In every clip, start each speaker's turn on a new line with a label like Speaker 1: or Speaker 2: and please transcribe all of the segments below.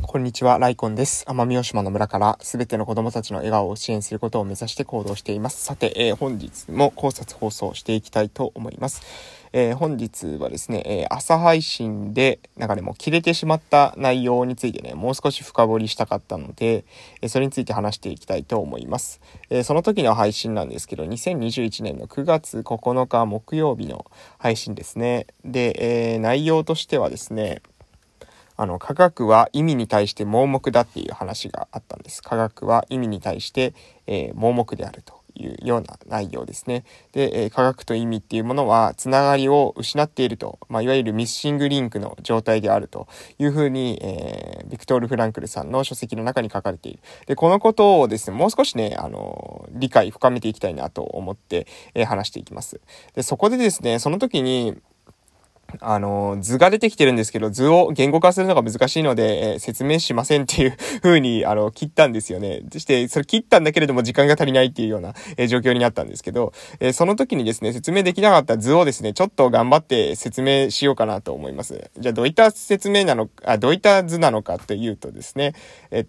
Speaker 1: こんにちは、ライコンです。奄美大島の村からすべての子供たちの笑顔を支援することを目指して行動しています。さて、本日も考察放送していきたいと思います。本日はですね、朝配信でもう切れてしまった内容についてね、もう少し深掘りしたかったので、それについて話していきたいと思います。その時の配信なんですけど、2021年の9月9日木曜日の配信ですね。で、内容としてはですね、科学は意味に対して盲目だっていう話があったんです。科学は意味に対して、盲目であるというような内容ですね。で、科学と意味っていうものはつながりを失っていると、いわゆるミッシングリンクの状態であるというふうに、ビクトール・フランクルさんの書籍の中に書かれている。で、このことをですね、もう少しね、理解深めていきたいなと思って、話していきます。で、そこでですね、その時に図が出てきてるんですけど、図を言語化するのが難しいので、説明しませんっていう風に、切ったんですよね。そして、それ切ったんだけれども時間が足りないっていうような、状況になったんですけど、その時にですね、説明できなかった図をですね、ちょっと頑張って説明しようかなと思います。じゃあ、どういった説明なのか、どういった図なのかというとですね、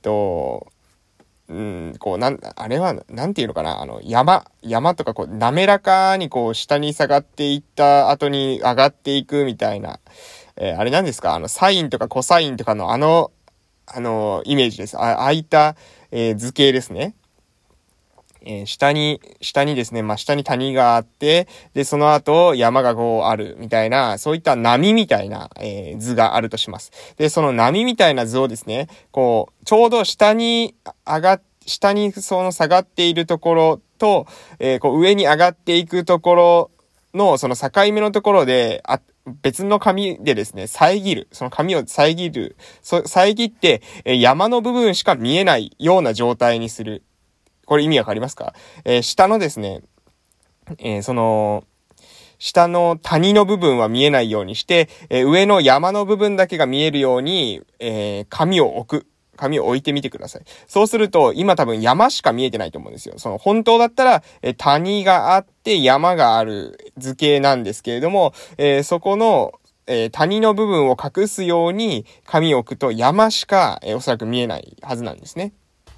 Speaker 1: あれは、なんていうのかな、山とか滑らかに下に下がっていった後に上がっていくみたいな、あれなんですか、サインとかコサインとかのイメージです。ああいった、図形ですね。下にですね、下に谷があって、で、その後山があるみたいな、そういった波みたいな、図があるとします。で、その波みたいな図をですね、ちょうど下にその下がっているところと、上に上がっていくところの、その境目のところで、別の紙でですね、その紙を遮って、山の部分しか見えないような状態にする。これ意味わかりますか？下のですね、その、下の谷の部分は見えないようにして、上の山の部分だけが見えるように、紙を置いてみてください。そうすると、今多分山しか見えてないと思うんですよ。本当だったら、谷があって山がある図形なんですけれども、そこの、谷の部分を隠すように紙を置くと山しか、おそらく見えないはずなんですね。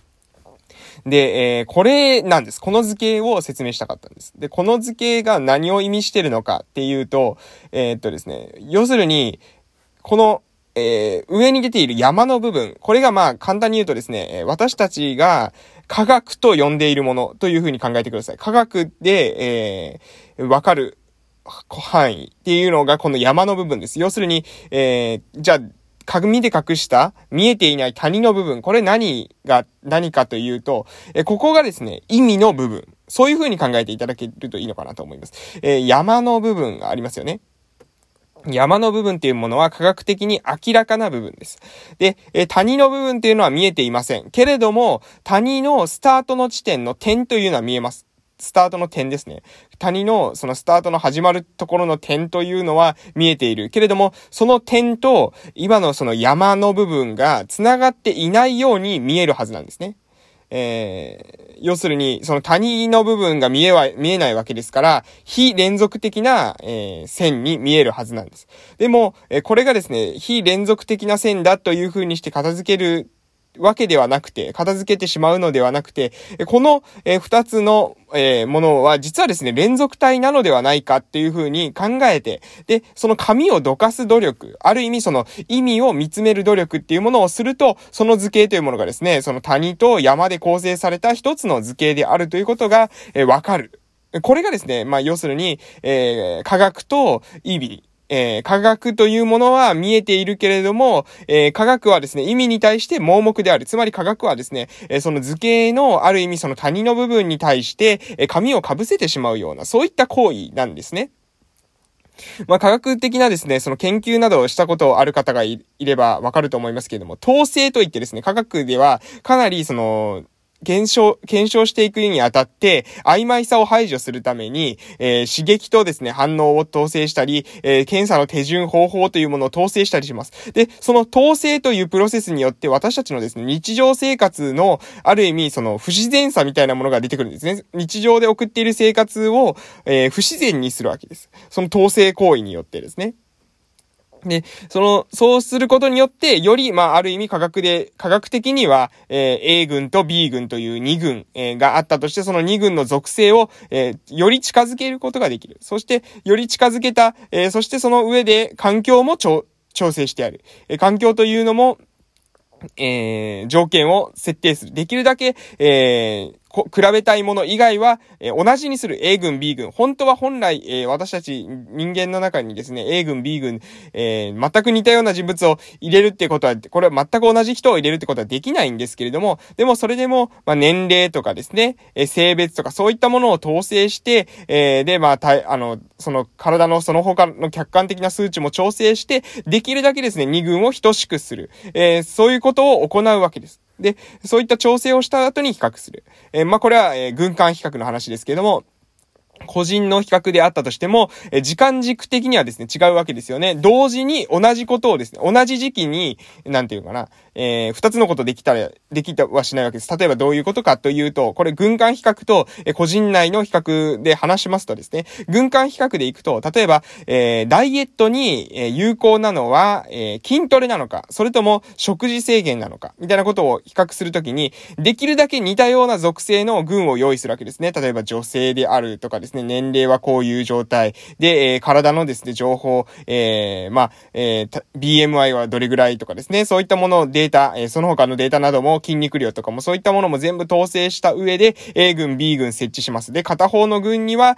Speaker 1: で、これなんです。この図形を説明したかったんです。で、この図形が何を意味してるのかっていうと、ですね、要するに、この、上に出ている山の部分、これが簡単に言うとですね、私たちが科学と呼んでいるものというふうに考えてください。科学で、わかる範囲っていうのがこの山の部分です。要するに、じゃあ、紙で隠した見えていない谷の部分、これ何かというと、ここがですね、意味の部分。そういう風に考えていただけるといいのかなと思います。山の部分がありますよね。山の部分っていうものは科学的に明らかな部分です。で、谷の部分っていうのは見えていません。けれども、谷のスタートの地点の点というのは見えます。スタートの点ですね。谷のそのスタートの始まるところの点というのは見えている。けれども、その点と今のその山の部分が繋がっていないように見えるはずなんですね。要するに、その谷の部分が見えないわけですから、非連続的な、線に見えるはずなんです。でも、これがですね、非連続的な線だという風にして片付けるわけではなくて、片付けてしまうのではなくて、この二つのものは実はですね、連続体なのではないかっていうふうに考えて、で、その紙をどかす努力、ある意味その意味を見つめる努力っていうものをすると、その図形というものがですね、その谷と山で構成された一つの図形であるということがわかる。これがですね、要するに、科学と意味、科学というものは見えているけれども、科学はですね、意味に対して盲目である。つまり科学はですね、その図形のある意味その谷の部分に対して、紙をかぶせてしまうような、そういった行為なんですね。科学的なですね、その研究などをしたことある方がいればわかると思いますけれども、統制といってですね、科学ではかなり検証していくにあたって、曖昧さを排除するために、刺激とですね、反応を統制したり、検査の手順、方法というものを統制したりします。で、その統制というプロセスによって、私たちのですね、日常生活の、ある意味、その不自然さみたいなものが出てくるんですね。日常で送っている生活を、不自然にするわけです。その統制行為によってですね。 で、そうすることによって、より、ある意味科学的には、A 群と B 群という2群、があったとして、その2群の属性を、より近づけることができる。そして、より近づけた、そしてその上で環境も調整してある。環境というのも、条件を設定する。できるだけ、比べたいもの以外は、同じにする A 群 B 群。本来、私たち人間の中にですね、A 群 B 群、全く似たような人物を入れるってことは、これは全く同じ人を入れるってことはできないんですけれども、でもそれでも、年齢とかですね、性別とかそういったものを統制して、で、その体のその他の客観的な数値も調整して、できるだけですね、2群を等しくする。そういうことを行うわけです。で、そういった調整をした後に比較する。これは、群間比較の話ですけれども、個人の比較であったとしても、時間軸的にはですね、違うわけですよね。同時に同じことをですね、同じ時期に、なんていうかな、二つのことできたはしないわけです。例えばどういうことかというと、これ群間比較と、個人内の比較で話しますとですね、群間比較でいくと、例えば、ダイエットに、有効なのは、筋トレなのか、それとも食事制限なのか、みたいなことを比較するときに、できるだけ似たような属性の群を用意するわけですね。例えば女性であるとかですね、年齢はこういう状態で、体のですね、情報、BMI はどれぐらいとかですね、そういったものをデータ、その他のデータなども筋肉量とかもそういったものも全部統制した上で A 群 B 群設置します。で、片方の群には、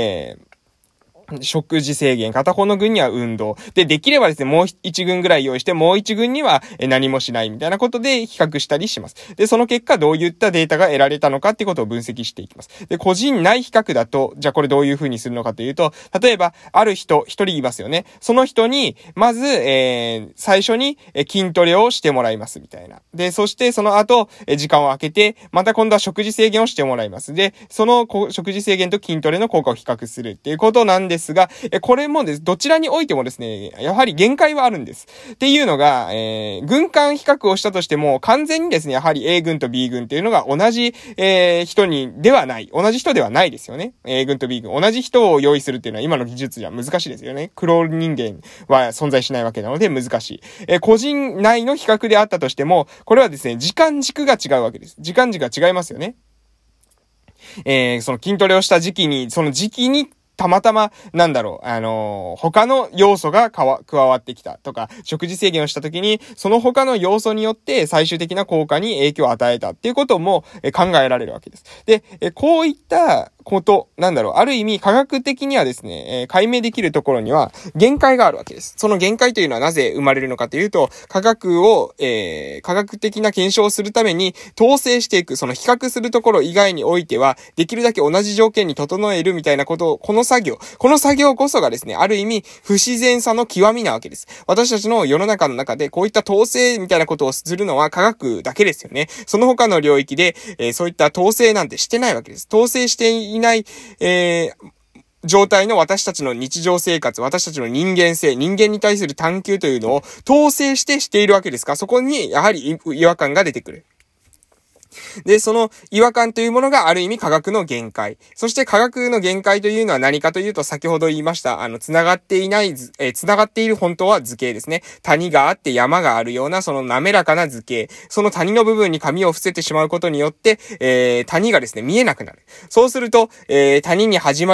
Speaker 1: 食事制限、片方の群には運動。できればですね、もう一群ぐらい用意して、もう一群には何もしないみたいなことで比較したりします。で、その結果どういったデータが得られたのかっていうことを分析していきます。で、個人内比較だと、じゃあこれどういう風にするのかというと、例えば、ある人、一人いますよね。その人に、まず、最初に筋トレをしてもらいますみたいな。で、そしてその後、時間を空けて、また今度は食事制限をしてもらいます。で、その食事制限と筋トレの効果を比較するっていうことなんですが、これもです、どちらにおいてもですね、やはり限界はあるんです。っていうのが、群間比較をしたとしても、完全にですね、やはり A 群と B 群っていうのが同じ、人ではないですよね。A 群と B 群。同じ人を用意するっていうのは今の技術じゃ難しいですよね。クロール人間は存在しないわけなので難しい。個人内の比較であったとしても、これはですね、時間軸が違うわけです。時間軸が違いますよね。その筋トレをした時期に、その時期に、たまたま、他の要素が加わってきたとか、食事制限をした時に、その他の要素によって最終的な効果に影響を与えたっていうことも考えられるわけです。で、こういったこと、ある意味科学的にはですね、解明できるところには限界があるわけです。その限界というのはなぜ生まれるのかというと、科学的な検証をするために統制していく、その比較するところ以外においては、できるだけ同じ条件に整えるみたいなことを、この作業こそがですね、ある意味不自然さの極みなわけです。私たちの世の中の中でこういった統制みたいなことをするのは科学だけですよね。その他の領域で、そういった統制なんてしてないわけです。統制していない、状態の私たちの日常生活、私たちの人間性、人間に対する探求というのを統制しているわけですから、そこにやはり違和感が出てくる。で、その違和感というものがある意味科学の限界。そして科学の限界というのは何かというと、先ほど言いました、繋がっている本当は図形ですね。谷があって山があるような、その滑らかな図形。その谷の部分に紙を伏せてしまうことによって、谷がですね、見えなくなる。そうすると、谷に始ま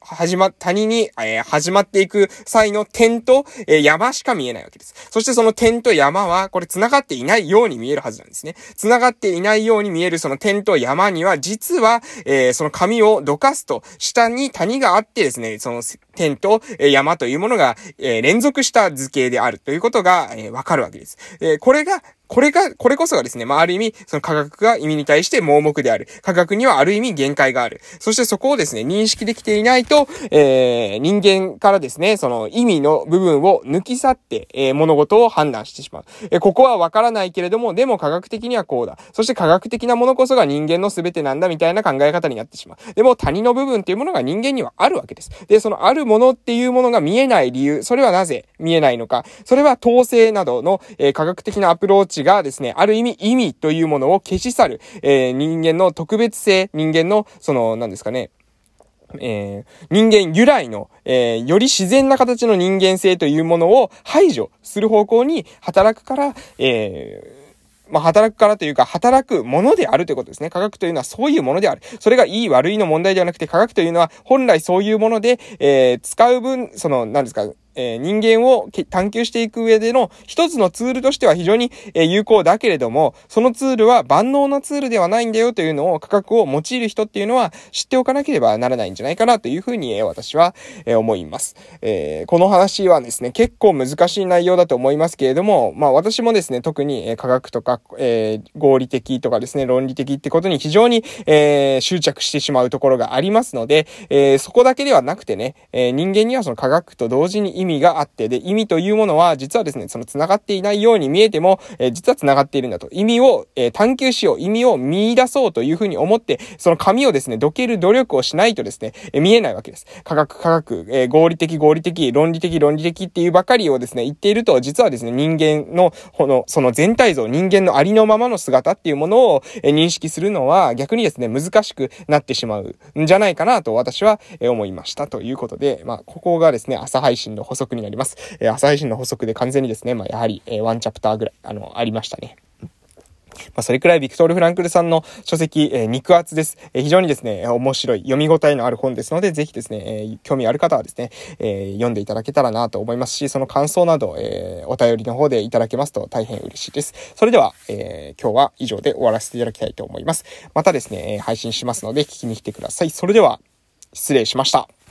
Speaker 1: っていく際の点と、山しか見えないわけです。そしてその点と山は、これ繋がっていないように見えるはずなんですね。繋がっていないように見えるその点と山には、実は、その紙をどかすと、下に谷があってですね、その点と山というものが、連続した図形であるということが、わかるわけです。これこそがですね、ある意味、その科学が意味に対して盲目である。科学にはある意味限界がある。そしてそこをですね、認識できていないと、人間からですね、その意味の部分を抜き去って、物事を判断してしまう。ここはわからないけれども、でも科学的にはこうだ。そして科学的なものこそが人間の全てなんだみたいな考え方になってしまう。でも谷の部分っていうものが人間にはあるわけです。で、そのあるものっていうものが見えない理由、それはなぜ見えないのか。それは統制などの、科学的なアプローチがですね、ある意味意味というものを消し去る、人間の特別性、人間の、 人間由来の、より自然な形の人間性というものを排除する方向に働くから、働くからというか、働くものであるということですね。科学というのはそういうものである。それがいい悪いの問題ではなくて、科学というのは本来そういうもので、使う分、何ですか、人間を探求していく上での一つのツールとしては非常に有効だけれども、そのツールは万能なツールではないんだよというのを科学を用いる人っていうのは知っておかなければならないんじゃないかなというふうに私は思います。この話はですね、結構難しい内容だと思いますけれども、私もですね、特に科学とか合理的とかですね、論理的ってことに非常に執着してしまうところがありますので、そこだけではなくてね、人間にはその科学と同時に意味があって、で、意味というものは実はですね、その繋がっていないように見えても、実は繋がっているんだと。意味を、探求しよう、意味を見出そうというふうに思って、その紙をですね、どける努力をしないとですね、見えないわけです。科学、合理的、論理的っていうばかりをですね、言っていると、実はですね、人間の、その全体像、人間のありのままの姿っていうものを認識するのは逆にですね、難しくなってしまうんじゃないかなと私は思いましたということで、ここがですね、朝配信の補足になります。朝配信の補足で完全にですね、やはり、ワンチャプターぐらい、ありましたね。それくらいビクトール・フランクルさんの書籍、肉厚です。非常にですね、面白い、読み応えのある本ですので、ぜひですね、興味ある方はですね、読んでいただけたらなと思いますし、その感想など、お便りの方でいただけますと大変嬉しいです。それでは、今日は以上で終わらせていただきたいと思います。またですね、配信しますので聞きに来てください。それでは、失礼しました。